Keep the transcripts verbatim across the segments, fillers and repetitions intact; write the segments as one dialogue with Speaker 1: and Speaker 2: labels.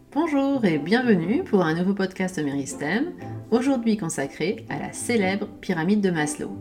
Speaker 1: Bonjour et bienvenue pour un nouveau podcast Méristem, aujourd'hui consacré à la célèbre pyramide de Maslow.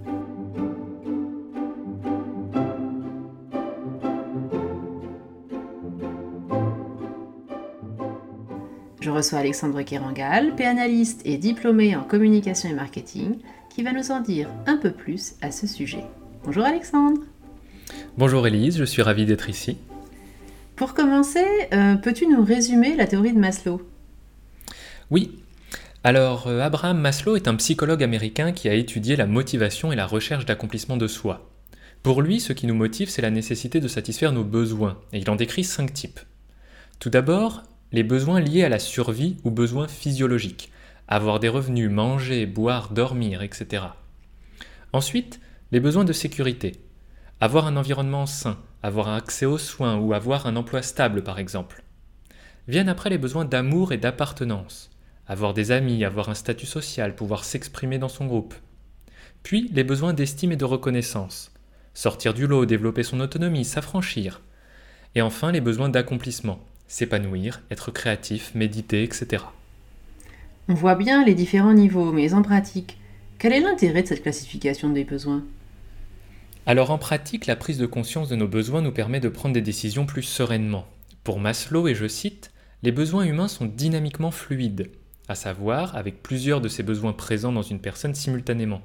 Speaker 1: Je reçois Alexandre Kerangal, péanalyste et diplômé en communication et marketing, qui va nous en dire un peu plus à ce sujet. Bonjour Alexandre.
Speaker 2: Bonjour Élise, je suis ravi d'être ici.
Speaker 1: Pour commencer, euh, peux-tu nous résumer la théorie de Maslow ?
Speaker 2: Oui, alors euh, Abraham Maslow est un psychologue américain qui a étudié la motivation et la recherche d'accomplissement de soi. Pour lui, ce qui nous motive, c'est la nécessité de satisfaire nos besoins, et il en décrit cinq types. Tout d'abord, les besoins liés à la survie ou besoins physiologiques, avoir des revenus, manger, boire, dormir, et cetera. Ensuite, les besoins de sécurité, avoir un environnement sain, avoir accès aux soins ou avoir un emploi stable par exemple. Viennent après les besoins d'amour et d'appartenance, avoir des amis, avoir un statut social, pouvoir s'exprimer dans son groupe. Puis les besoins d'estime et de reconnaissance, sortir du lot, développer son autonomie, s'affranchir. Et enfin les besoins d'accomplissement, s'épanouir, être créatif, méditer, et cetera.
Speaker 1: On voit bien les différents niveaux, mais en pratique, quel est l'intérêt de cette classification des besoins ?
Speaker 2: Alors en pratique, la prise de conscience de nos besoins nous permet de prendre des décisions plus sereinement. Pour Maslow, et je cite, « Les besoins humains sont dynamiquement fluides », à savoir avec plusieurs de ces besoins présents dans une personne simultanément.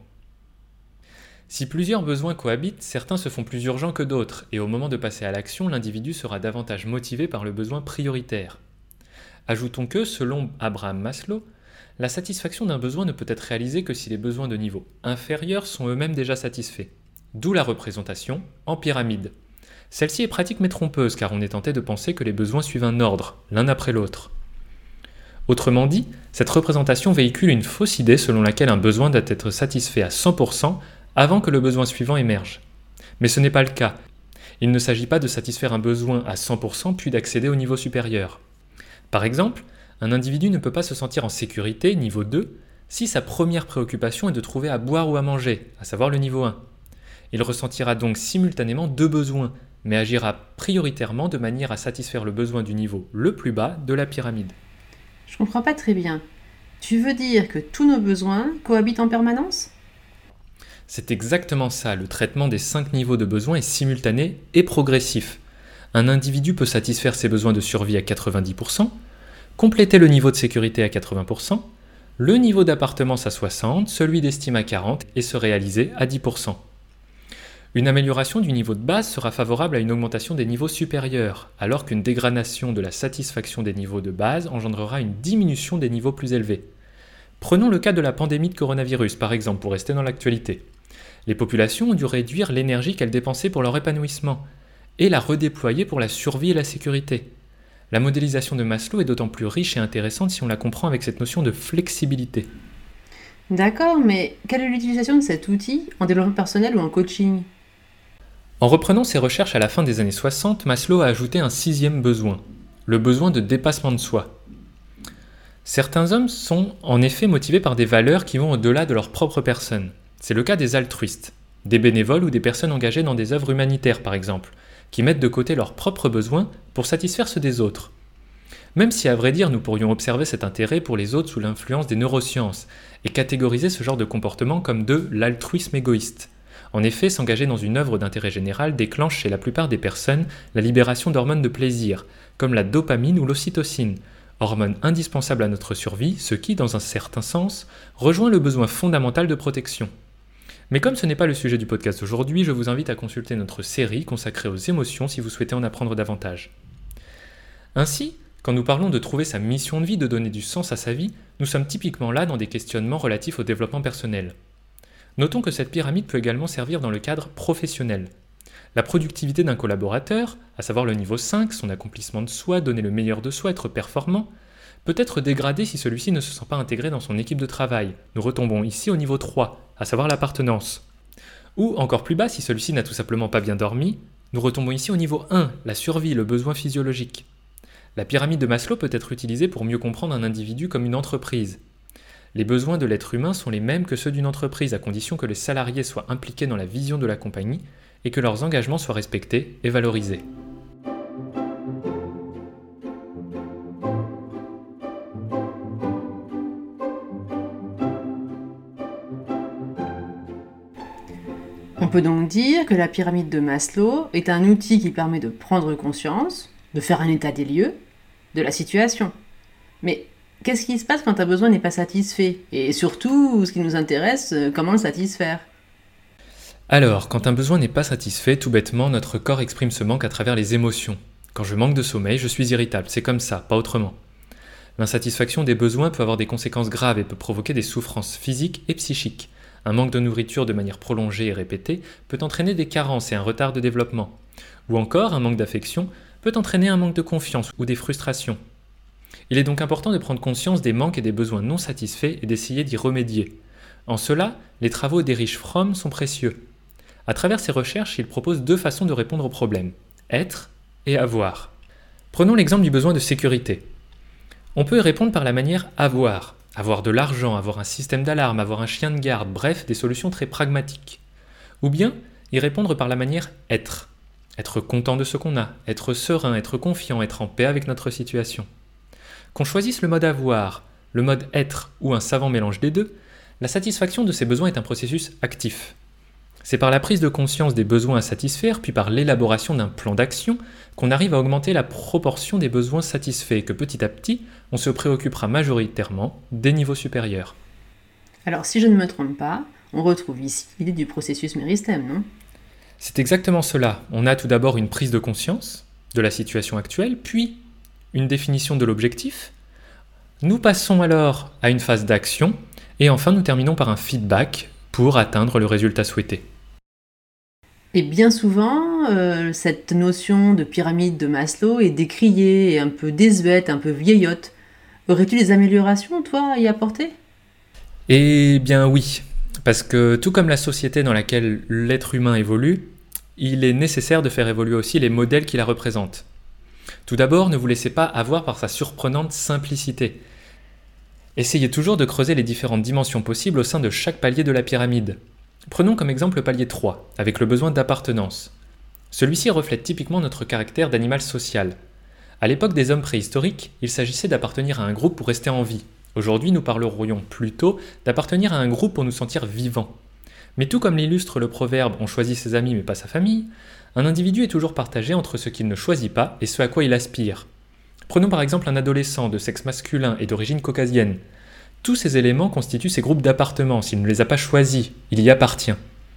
Speaker 2: Si plusieurs besoins cohabitent, certains se font plus urgents que d'autres, et au moment de passer à l'action, l'individu sera davantage motivé par le besoin prioritaire. Ajoutons que, selon Abraham Maslow, la satisfaction d'un besoin ne peut être réalisée que si les besoins de niveau inférieur sont eux-mêmes déjà satisfaits. D'où la représentation en pyramide. Celle-ci est pratique mais trompeuse car on est tenté de penser que les besoins suivent un ordre, l'un après l'autre. Autrement dit, cette représentation véhicule une fausse idée selon laquelle un besoin doit être satisfait à cent pour cent avant que le besoin suivant émerge. Mais ce n'est pas le cas. Il ne s'agit pas de satisfaire un besoin à cent pour cent puis d'accéder au niveau supérieur. Par exemple, un individu ne peut pas se sentir en sécurité, niveau deux, si sa première préoccupation est de trouver à boire ou à manger, à savoir le niveau un. Il ressentira donc simultanément deux besoins, mais agira prioritairement de manière à satisfaire le besoin du niveau le plus bas de la pyramide.
Speaker 1: Je comprends pas très bien. Tu veux dire que tous nos besoins cohabitent en permanence ?
Speaker 2: C'est exactement ça, le traitement des cinq niveaux de besoins est simultané et progressif. Un individu peut satisfaire ses besoins de survie à quatre-vingt-dix pour cent, compléter le niveau de sécurité à quatre-vingts pour cent, le niveau d'appartenance à soixante pour cent, celui d'estime à quarante pour cent et se réaliser à dix pour cent. Une amélioration du niveau de base sera favorable à une augmentation des niveaux supérieurs, alors qu'une dégradation de la satisfaction des niveaux de base engendrera une diminution des niveaux plus élevés. Prenons le cas de la pandémie de coronavirus, par exemple, pour rester dans l'actualité. Les populations ont dû réduire l'énergie qu'elles dépensaient pour leur épanouissement, et la redéployer pour la survie et la sécurité. La modélisation de Maslow est d'autant plus riche et intéressante si on la comprend avec cette notion de flexibilité.
Speaker 1: D'accord, mais quelle est l'utilisation de cet outil en développement personnel ou en coaching ?
Speaker 2: En reprenant ses recherches à la fin des années soixante, Maslow a ajouté un sixième besoin, le besoin de dépassement de soi. Certains hommes sont en effet motivés par des valeurs qui vont au-delà de leur propre personne. C'est le cas des altruistes, des bénévoles ou des personnes engagées dans des œuvres humanitaires par exemple, qui mettent de côté leurs propres besoins pour satisfaire ceux des autres. Même si à vrai dire nous pourrions observer cet intérêt pour les autres sous l'influence des neurosciences et catégoriser ce genre de comportement comme de l'altruisme égoïste. En effet, s'engager dans une œuvre d'intérêt général déclenche chez la plupart des personnes la libération d'hormones de plaisir, comme la dopamine ou l'ocytocine, hormones indispensables à notre survie, ce qui, dans un certain sens, rejoint le besoin fondamental de protection. Mais comme ce n'est pas le sujet du podcast d'aujourd'hui, je vous invite à consulter notre série consacrée aux émotions si vous souhaitez en apprendre davantage. Ainsi, quand nous parlons de trouver sa mission de vie, de donner du sens à sa vie, nous sommes typiquement là dans des questionnements relatifs au développement personnel. Notons que cette pyramide peut également servir dans le cadre professionnel. La productivité d'un collaborateur, à savoir le niveau cinq, son accomplissement de soi, donner le meilleur de soi, être performant, peut être dégradée si celui-ci ne se sent pas intégré dans son équipe de travail. Nous retombons ici au niveau trois, à savoir l'appartenance. Ou encore plus bas si celui-ci n'a tout simplement pas bien dormi, nous retombons ici au niveau un, la survie, le besoin physiologique. La pyramide de Maslow peut être utilisée pour mieux comprendre un individu comme une entreprise. Les besoins de l'être humain sont les mêmes que ceux d'une entreprise, à condition que les salariés soient impliqués dans la vision de la compagnie et que leurs engagements soient respectés et valorisés.
Speaker 1: peut donc dire que la pyramide de Maslow est un outil qui permet de prendre conscience, de faire un état des lieux, de la situation. Mais qu'est-ce qui se passe quand un besoin n'est pas satisfait ? Et surtout, ce qui nous intéresse, comment le satisfaire ?
Speaker 2: Alors, quand un besoin n'est pas satisfait, tout bêtement, notre corps exprime ce manque à travers les émotions. Quand je manque de sommeil, je suis irritable, c'est comme ça, pas autrement. L'insatisfaction des besoins peut avoir des conséquences graves et peut provoquer des souffrances physiques et psychiques. Un manque de nourriture de manière prolongée et répétée peut entraîner des carences et un retard de développement. Ou encore, un manque d'affection peut entraîner un manque de confiance ou des frustrations. Il est donc important de prendre conscience des manques et des besoins non satisfaits et d'essayer d'y remédier. En cela, les travaux d'Erich Fromm sont précieux. À travers ses recherches, il propose deux façons de répondre au problème, être et avoir. Prenons l'exemple du besoin de sécurité. On peut y répondre par la manière avoir, avoir de l'argent, avoir un système d'alarme, avoir un chien de garde, bref, des solutions très pragmatiques. Ou bien y répondre par la manière être, être content de ce qu'on a, être serein, être confiant, être en paix avec notre situation. Qu'on choisisse le mode avoir, le mode être ou un savant mélange des deux, la satisfaction de ces besoins est un processus actif. C'est par la prise de conscience des besoins à satisfaire, puis par l'élaboration d'un plan d'action, qu'on arrive à augmenter la proportion des besoins satisfaits et que petit à petit, on se préoccupera majoritairement des niveaux supérieurs.
Speaker 1: Alors si je ne me trompe pas, on retrouve ici l'idée du processus méristème, non ?
Speaker 2: C'est exactement cela. On a tout d'abord une prise de conscience de la situation actuelle, puis une définition de l'objectif. Nous passons alors à une phase d'action, et enfin nous terminons par un feedback pour atteindre le résultat souhaité.
Speaker 1: Et bien souvent, euh, cette notion de pyramide de Maslow est décriée et un peu désuète, un peu vieillotte. Aurais-tu des améliorations, toi, à y apporter ?
Speaker 2: Eh bien oui, parce que tout comme la société dans laquelle l'être humain évolue, il est nécessaire de faire évoluer aussi les modèles qui la représentent. Tout d'abord, ne vous laissez pas avoir par sa surprenante simplicité. Essayez toujours de creuser les différentes dimensions possibles au sein de chaque palier de la pyramide. Prenons comme exemple le palier trois, avec le besoin d'appartenance. Celui-ci reflète typiquement notre caractère d'animal social. À l'époque des hommes préhistoriques, il s'agissait d'appartenir à un groupe pour rester en vie. Aujourd'hui, nous parlerions plutôt d'appartenir à un groupe pour nous sentir vivants. Mais tout comme l'illustre le proverbe « on choisit ses amis mais pas sa famille », un individu est toujours partagé entre ce qu'il ne choisit pas et ce à quoi il aspire. Prenons par exemple un adolescent de sexe masculin et d'origine caucasienne. Tous ces éléments constituent ses groupes d'appartenance, il ne les a pas choisis, il y appartient.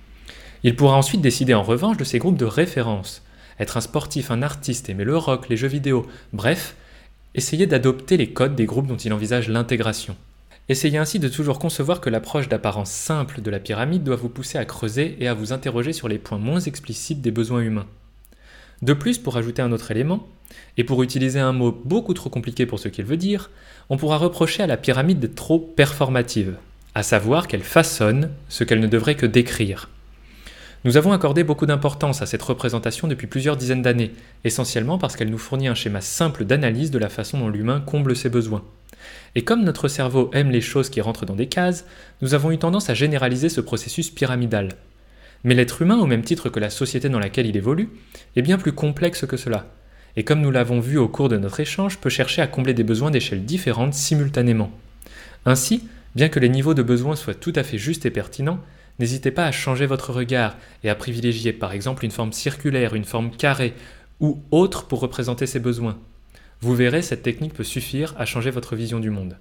Speaker 2: Il pourra ensuite décider en revanche de ses groupes de référence. Être un sportif, un artiste, aimer le rock, les jeux vidéo, bref, essayez d'adopter les codes des groupes dont il envisage l'intégration. Essayez ainsi de toujours concevoir que l'approche d'apparence simple de la pyramide doit vous pousser à creuser et à vous interroger sur les points moins explicites des besoins humains. De plus, pour ajouter un autre élément, et pour utiliser un mot beaucoup trop compliqué pour ce qu'il veut dire, on pourra reprocher à la pyramide d'être trop performative, à savoir qu'elle façonne ce qu'elle ne devrait que décrire. Nous avons accordé beaucoup d'importance à cette représentation depuis plusieurs dizaines d'années, essentiellement parce qu'elle nous fournit un schéma simple d'analyse de la façon dont l'humain comble ses besoins. Et comme notre cerveau aime les choses qui rentrent dans des cases, nous avons eu tendance à généraliser ce processus pyramidal. Mais l'être humain, au même titre que la société dans laquelle il évolue, est bien plus complexe que cela. Et comme nous l'avons vu au cours de notre échange, peut chercher à combler des besoins d'échelles différentes simultanément. Ainsi, bien que les niveaux de besoins soient tout à fait justes et pertinents, n'hésitez pas à changer votre regard et à privilégier par exemple une forme circulaire, une forme carrée ou autre pour représenter ces besoins. Vous verrez, cette technique peut suffire à changer votre vision du monde.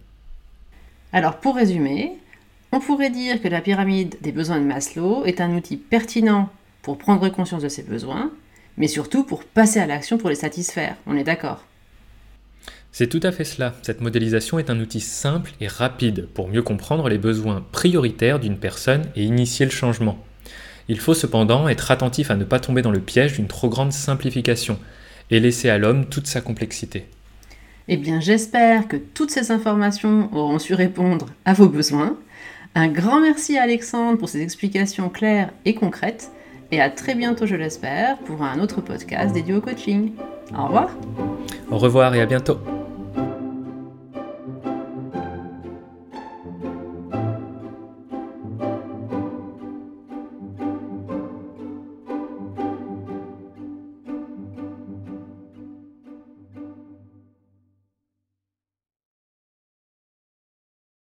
Speaker 1: Alors pour résumer, on pourrait dire que la pyramide des besoins de Maslow est un outil pertinent pour prendre conscience de ses besoins, mais surtout pour passer à l'action pour les satisfaire. On est d'accord ?
Speaker 2: C'est tout à fait cela. Cette modélisation est un outil simple et rapide pour mieux comprendre les besoins prioritaires d'une personne et initier le changement. Il faut cependant être attentif à ne pas tomber dans le piège d'une trop grande simplification et laisser à l'homme toute sa complexité.
Speaker 1: Eh bien, j'espère que toutes ces informations auront su répondre à vos besoins. Un grand merci à Alexandre pour ses explications claires et concrètes. Et à très bientôt, je l'espère, pour un autre podcast dédié au coaching. Au revoir.
Speaker 2: Au revoir et à bientôt.